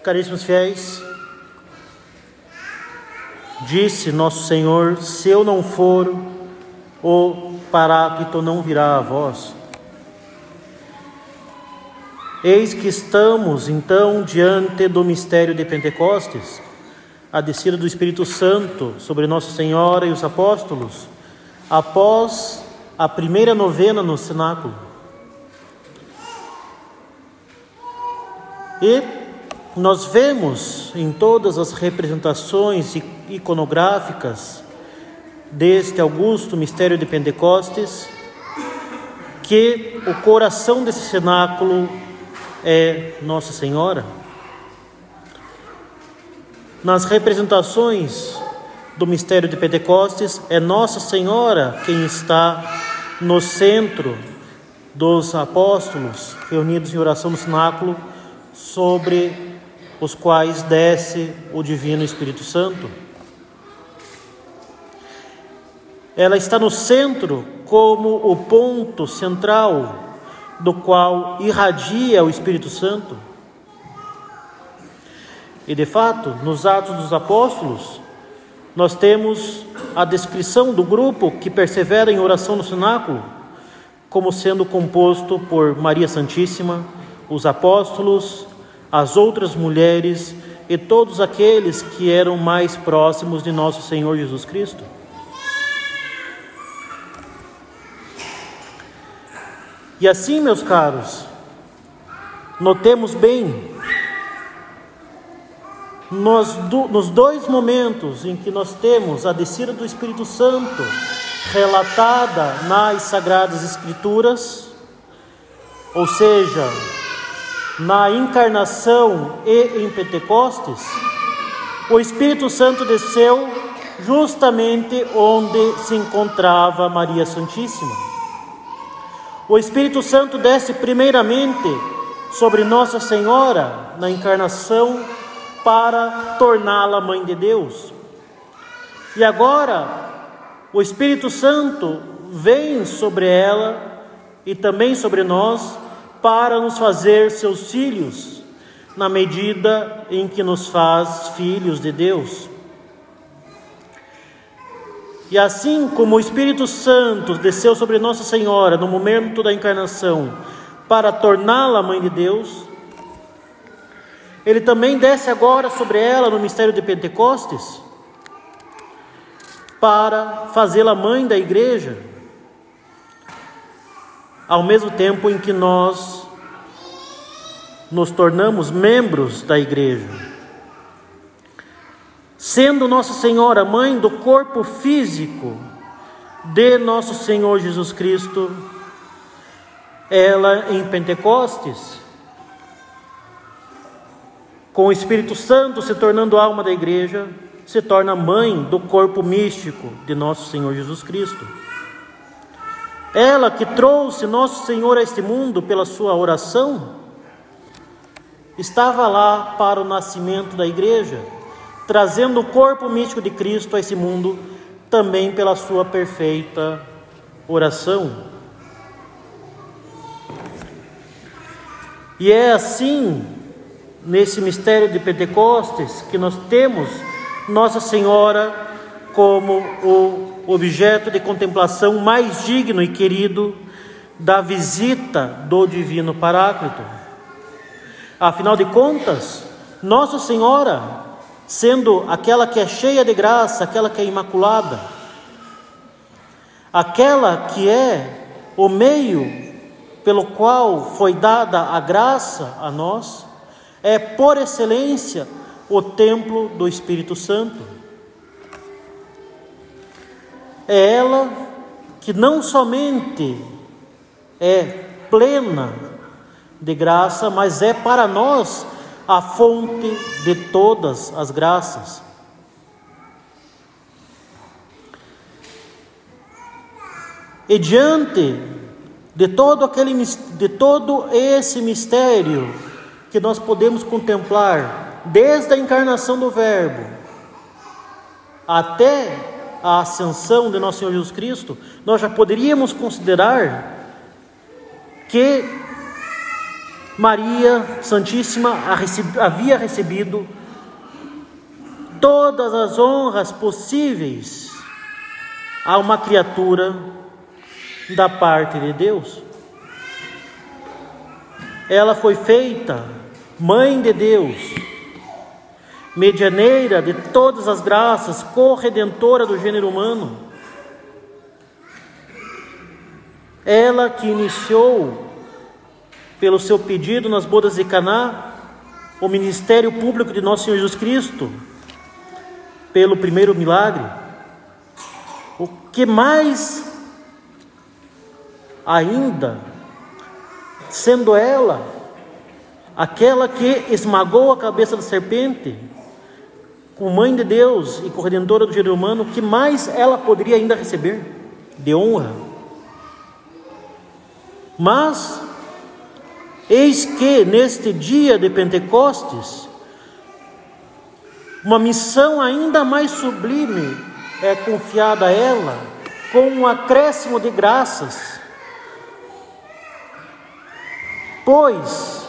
Caríssimos fiéis, disse nosso Senhor: se eu não for, o Paráclito não virá a vós. Eis que estamos então diante do mistério de Pentecostes, a descida do Espírito Santo sobre Nossa Senhora e os apóstolos, após a primeira novena no cenáculo. E nós vemos em todas as representações iconográficas deste augusto mistério de Pentecostes que o coração desse cenáculo é Nossa Senhora. Nas representações do mistério de Pentecostes, é Nossa Senhora quem está no centro dos apóstolos reunidos em oração no cenáculo, sobre os quais desce o Divino Espírito Santo. Ela está no centro como o ponto central do qual irradia o Espírito Santo. E de fato, nos Atos dos Apóstolos, nós temos a descrição do grupo que persevera em oração no cenáculo, como sendo composto por Maria Santíssima, os apóstolos, as outras mulheres e todos aqueles que eram mais próximos de nosso Senhor Jesus Cristo. E assim, meus caros, notemos bem, nos dois momentos em que nós temos a descida do Espírito Santo relatada nas Sagradas Escrituras, ou seja, na encarnação e em Pentecostes, o Espírito Santo desceu justamente onde se encontrava Maria Santíssima. O Espírito Santo desce primeiramente sobre Nossa Senhora na encarnação para torná-la Mãe de Deus. E agora o Espírito Santo vem sobre ela e também sobre nós para nos fazer seus filhos, na medida em que nos faz filhos de Deus. E assim como o Espírito Santo desceu sobre Nossa Senhora no momento da encarnação para torná-la Mãe de Deus, Ele também desce agora sobre ela no mistério de Pentecostes para fazê-la Mãe da Igreja, ao mesmo tempo em que nós nos tornamos membros da Igreja. Sendo Nossa Senhora Mãe do corpo físico de nosso Senhor Jesus Cristo, ela em Pentecostes, com o Espírito Santo se tornando alma da Igreja, se torna mãe do corpo místico de nosso Senhor Jesus Cristo. Ela que trouxe nosso Senhor a este mundo pela sua oração, estava lá para o nascimento da Igreja, trazendo o corpo místico de Cristo a esse mundo, também pela sua perfeita oração. E é assim, nesse mistério de Pentecostes, que nós temos Nossa Senhora como o objeto de contemplação mais digno e querido da visita do Divino Paráclito. Afinal de contas, Nossa Senhora, sendo aquela que é cheia de graça, aquela que é imaculada, aquela que é o meio pelo qual foi dada a graça a nós, é por excelência o templo do Espírito Santo. É ela que não somente é plena de graça, mas é para nós a fonte de todas as graças. E diante de todo esse mistério que nós podemos contemplar, desde a encarnação do Verbo até a ascensão de nosso Senhor Jesus Cristo, nós já poderíamos considerar que Maria Santíssima havia recebido todas as honras possíveis a uma criatura da parte de Deus. Ela foi feita Mãe de Deus, medianeira de todas as graças, corredentora do gênero humano. Ela que iniciou, pelo seu pedido nas bodas de Caná, o ministério público de nosso Senhor Jesus Cristo, pelo primeiro milagre. O que mais ainda, sendo ela aquela que esmagou a cabeça da serpente, como Mãe de Deus e corredentora do gênero humano, o que mais ela poderia ainda receber de honra? Mas eis que neste dia de Pentecostes, uma missão ainda mais sublime é confiada a ela, com um acréscimo de graças, pois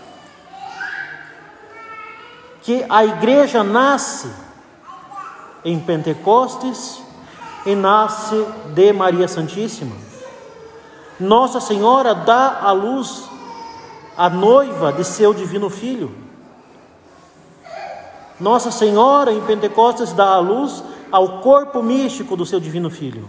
que a igreja nasce em Pentecostes e nasce de Maria Santíssima. Nossa Senhora dá à luz a noiva de seu divino Filho. Nossa Senhora em Pentecostes dá à luz ao corpo místico do seu divino Filho.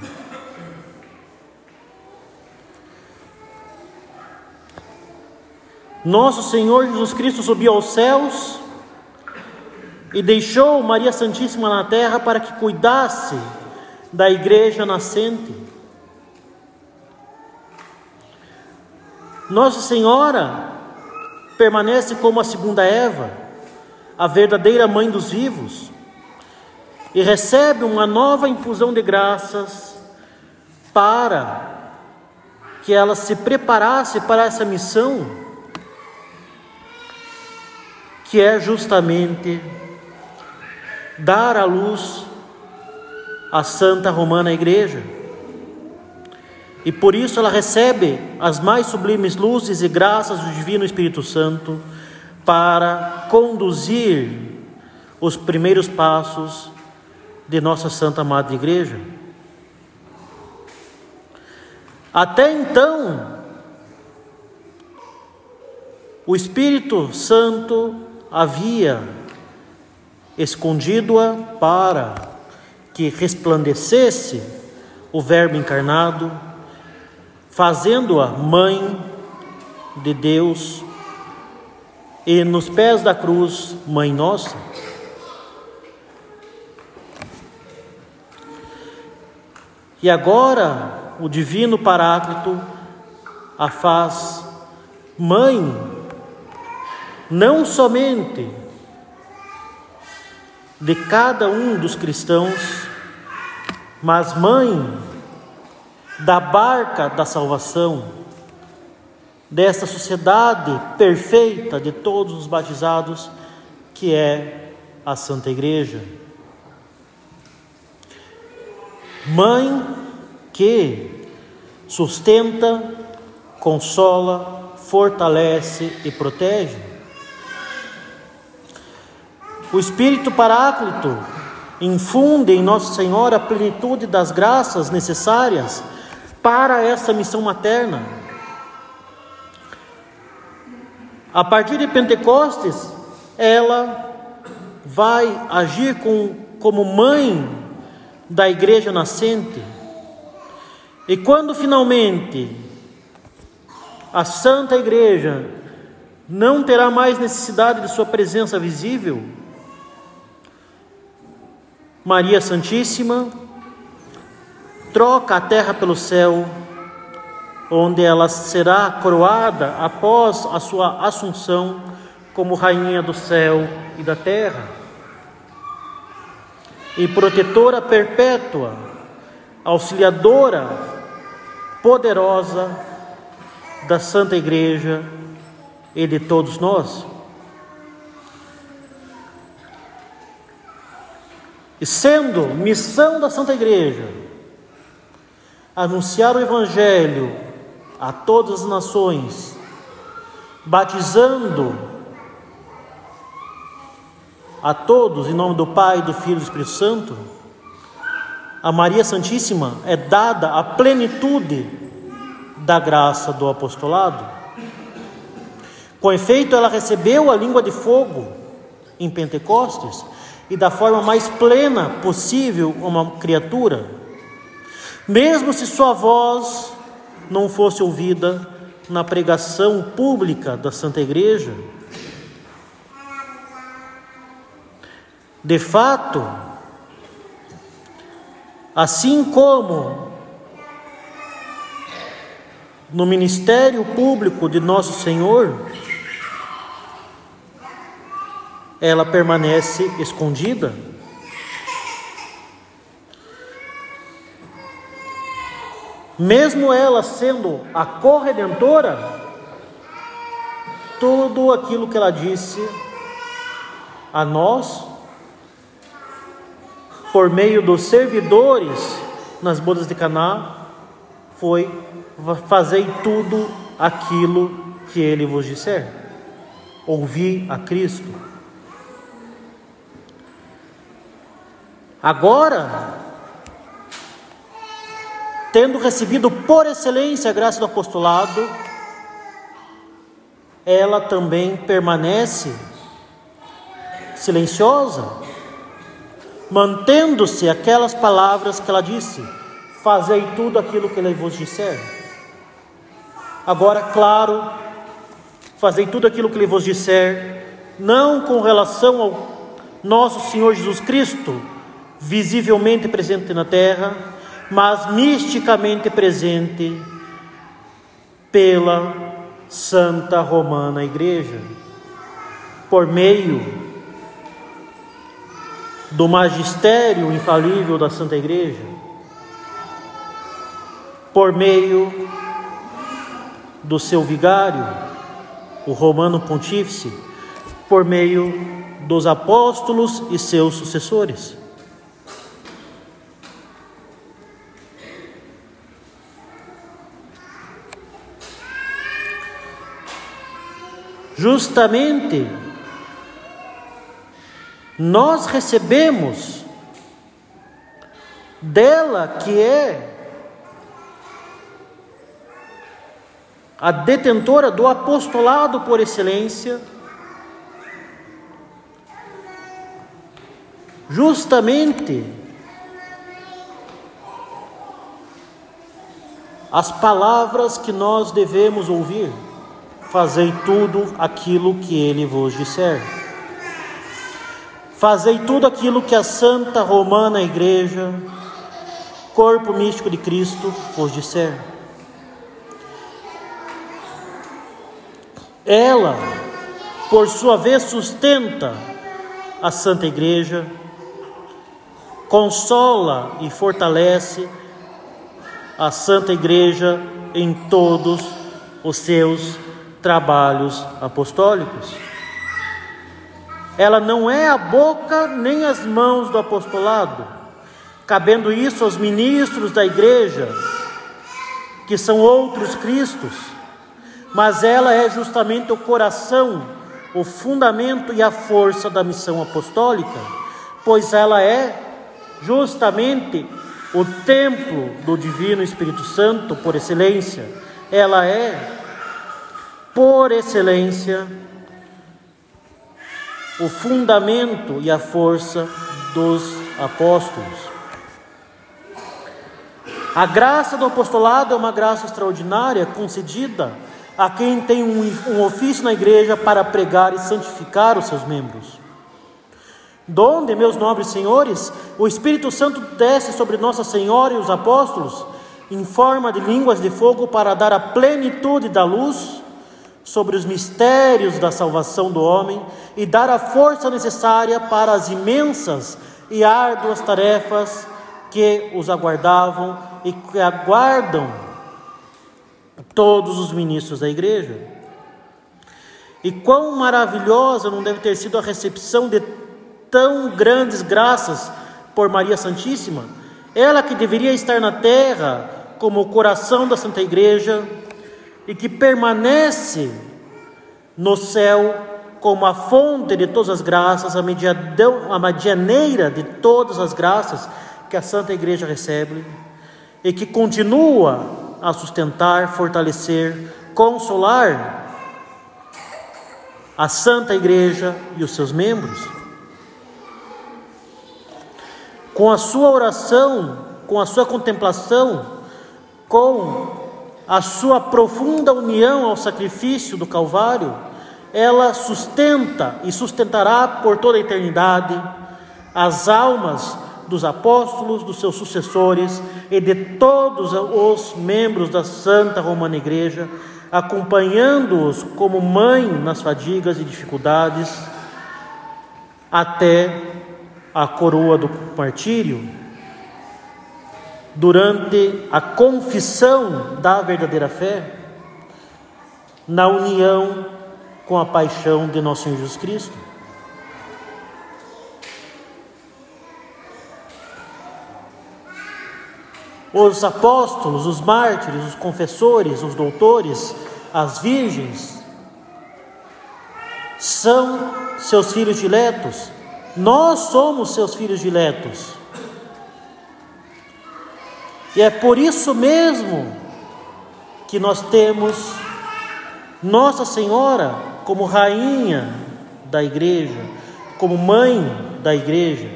Nosso Senhor Jesus Cristo subiu aos céus e deixou Maria Santíssima na terra para que cuidasse da igreja nascente. Nossa Senhora permanece como a segunda Eva, a verdadeira mãe dos vivos, e recebe uma nova infusão de graças para que ela se preparasse para essa missão, que é justamente dar à luz a Santa Romana Igreja. E por isso ela recebe as mais sublimes luzes e graças do Divino Espírito Santo para conduzir os primeiros passos de nossa Santa Madre Igreja. Até então, o Espírito Santo havia escondido-a para que resplandecesse o Verbo encarnado, fazendo-a Mãe de Deus e nos pés da cruz, Mãe Nossa. E agora o Divino Paráclito a faz Mãe, não somente de cada um dos cristãos, mas Mãe da barca da salvação, desta sociedade perfeita de todos os batizados, que é a Santa Igreja. Mãe que sustenta, consola, fortalece e protege. O Espírito Paráclito infunde em Nossa Senhora a plenitude das graças necessárias para essa missão materna. A partir de Pentecostes, ela vai agir como mãe da igreja nascente. E quando finalmente a Santa Igreja não terá mais necessidade de sua presença visível, Maria Santíssima troca a terra pelo céu, onde ela será coroada após a sua assunção como rainha do céu e da terra, e protetora perpétua, auxiliadora poderosa da Santa Igreja e de todos nós. E sendo missão da Santa Igreja anunciar o Evangelho a todas as nações, batizando a todos em nome do Pai, do Filho e do Espírito Santo, a Maria Santíssima é dada a plenitude da graça do apostolado. Com efeito, ela recebeu a língua de fogo em Pentecostes e da forma mais plena possível uma criatura, mesmo se sua voz não fosse ouvida na pregação pública da Santa Igreja. De fato, assim como no ministério público de Nosso Senhor, ela permanece escondida, mesmo ela sendo a corredentora, tudo aquilo que ela disse a nós, por meio dos servidores nas bodas de Caná, foi: fazei tudo aquilo que ele vos disser. Ouvi a Cristo. Agora, tendo recebido por excelência a graça do apostolado, ela também permanece silenciosa, mantendo-se aquelas palavras que ela disse: fazei tudo aquilo que ele vos disser. Agora, claro, fazei tudo aquilo que ele vos disser, não com relação ao nosso Senhor Jesus Cristo, visivelmente presente na terra, mas misticamente presente pela Santa Romana Igreja, por meio do magistério infalível da Santa Igreja, por meio do seu vigário, o Romano Pontífice, por meio dos apóstolos e seus sucessores. Justamente, nós recebemos dela, que é a detentora do apostolado por excelência, justamente as palavras que nós devemos ouvir: fazei tudo aquilo que ele vos disser. Fazei tudo aquilo que a Santa Romana Igreja, corpo místico de Cristo, vos disser. Ela, por sua vez, sustenta a Santa Igreja, consola e fortalece a Santa Igreja em todos os seus trabalhos apostólicos. Ela não é a boca nem as mãos do apostolado, cabendo isso aos ministros da Igreja, que são outros Cristos, mas ela é justamente o coração, o fundamento e a força da missão apostólica, pois ela é justamente o templo do Divino Espírito Santo por excelência. Ela é, por excelência, o fundamento e a força dos apóstolos. A graça do apostolado é uma graça extraordinária concedida a quem tem um ofício na igreja para pregar e santificar os seus membros. Donde, meus nobres senhores, o Espírito Santo desce sobre Nossa Senhora e os apóstolos em forma de línguas de fogo para dar a plenitude da luz sobre os mistérios da salvação do homem e dar a força necessária para as imensas e árduas tarefas que os aguardavam e que aguardam todos os ministros da igreja. E quão maravilhosa não deve ter sido a recepção de tão grandes graças por Maria Santíssima, ela que deveria estar na terra como o coração da Santa Igreja e que permanece no céu como a fonte de todas as graças, a medianeira de todas as graças que a Santa Igreja recebe e que continua a sustentar, fortalecer, consolar a Santa Igreja e os seus membros. Com a sua oração, com a sua contemplação, com a sua profunda união ao sacrifício do Calvário, ela sustenta e sustentará por toda a eternidade as almas dos apóstolos, dos seus sucessores e de todos os membros da Santa Romana Igreja, acompanhando-os como mãe nas fadigas e dificuldades, até a coroa do martírio, durante a confissão da verdadeira fé, na união com a paixão de nosso Senhor Jesus Cristo. Os apóstolos, os mártires, os confessores, os doutores, as virgens, são seus filhos diletos. Nós somos seus filhos diletos. E é por isso mesmo que nós temos Nossa Senhora como rainha da Igreja, como mãe da Igreja,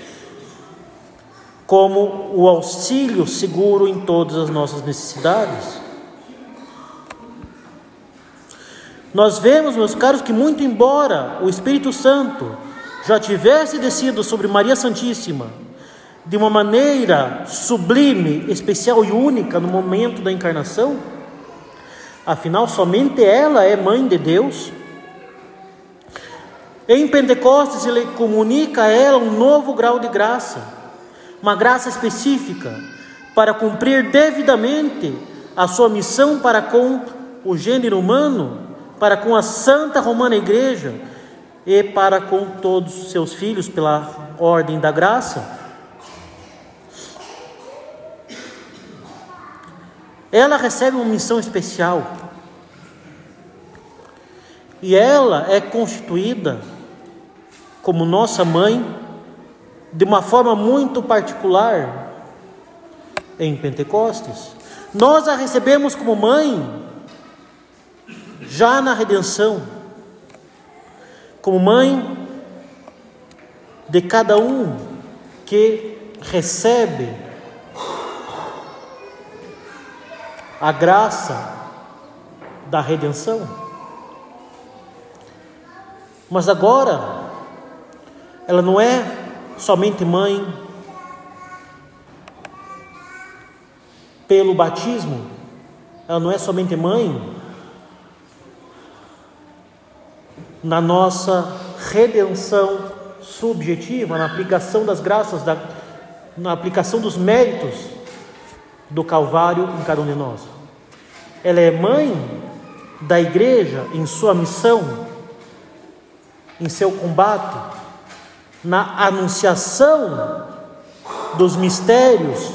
como o auxílio seguro em todas as nossas necessidades. Nós vemos, meus caros, que muito embora o Espírito Santo já tivesse descido sobre Maria Santíssima de uma maneira sublime, especial e única no momento da encarnação, afinal somente ela é mãe de Deus. Em Pentecostes ele comunica a ela um novo grau de graça, uma graça específica para cumprir devidamente a sua missão para com o gênero humano, para com a Santa Romana Igreja e para com todos os seus filhos pela ordem da graça. Ela recebe uma missão especial e ela é constituída como nossa mãe de uma forma muito particular em Pentecostes. Nós a recebemos como mãe já na redenção, como mãe de cada um que recebe a graça da redenção. Mas agora ela não é somente mãe pelo batismo, ela não é somente mãe na nossa redenção subjetiva, na aplicação das graças, na aplicação dos méritos do Calvário em cada um de nós. Ela é mãe da Igreja em sua missão, em seu combate, na anunciação dos mistérios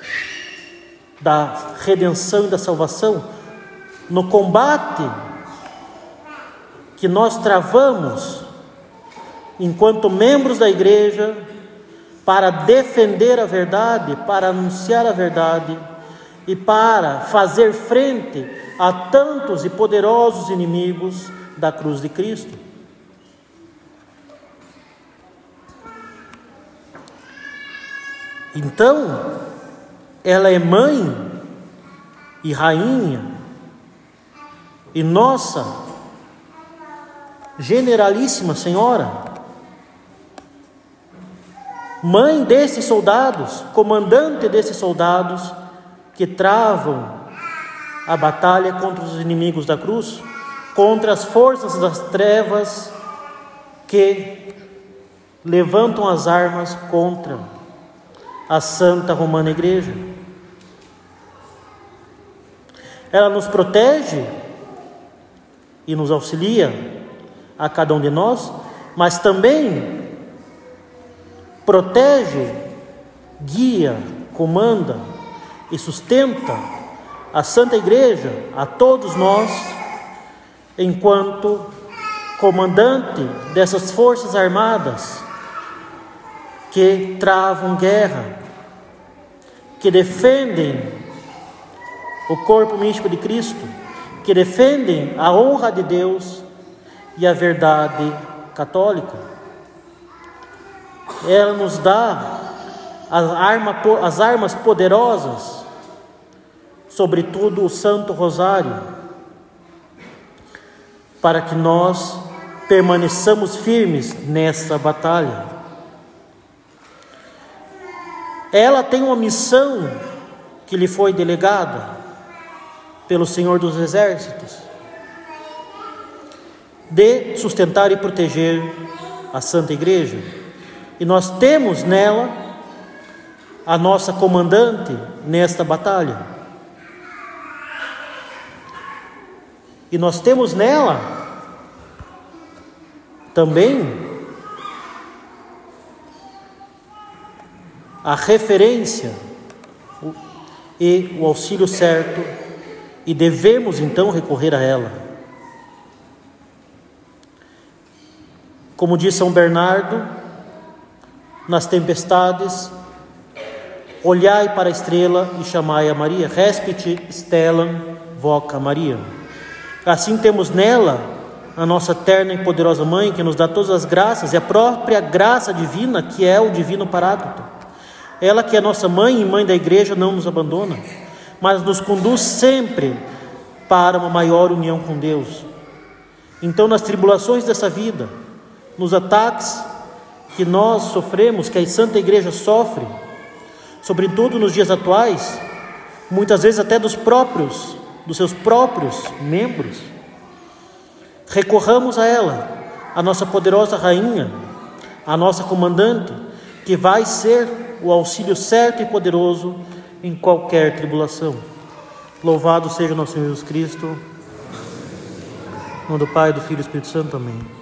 da redenção e da salvação, no combate que nós travamos enquanto membros da Igreja para defender a verdade, para anunciar a verdade e para fazer frente a tantos e poderosos inimigos da cruz de Cristo. Então, ela é mãe e rainha e nossa generalíssima Senhora, mãe desses soldados, comandante desses soldados que travam a batalha contra os inimigos da cruz, contra as forças das trevas que levantam as armas contra a Santa Romana Igreja. Ela nos protege e nos auxilia a cada um de nós, mas também protege, guia, comanda e sustenta a Santa Igreja, a todos nós, enquanto comandante dessas forças armadas que travam guerra, que defendem o corpo místico de Cristo, que defendem a honra de Deus e a verdade católica. Ela nos dá as armas poderosas, sobretudo o Santo Rosário, para que nós permaneçamos firmes nessa batalha. Ela tem uma missão que lhe foi delegada pelo Senhor dos Exércitos, de sustentar e proteger a Santa Igreja. E nós temos nela a nossa comandante nesta batalha. E nós temos nela também a referência e o auxílio certo, e devemos então recorrer a ela. Como diz São Bernardo, nas tempestades, olhai para a estrela e chamai a Maria, Respite stellam voca Maria. Assim temos nela a nossa terna e poderosa Mãe, que nos dá todas as graças, e a própria graça divina, que é o Divino Paráclito. Ela que é nossa Mãe e Mãe da Igreja, não nos abandona, mas nos conduz sempre para uma maior união com Deus. Então, nas tribulações dessa vida, nos ataques que nós sofremos, que a Santa Igreja sofre, sobretudo nos dias atuais, muitas vezes até dos seus próprios membros, recorramos a ela, a nossa poderosa rainha, a nossa comandante, que vai ser o auxílio certo e poderoso em qualquer tribulação. Louvado seja nosso Senhor Jesus Cristo. Em nome do Pai, do Filho e do Espírito Santo. Amém.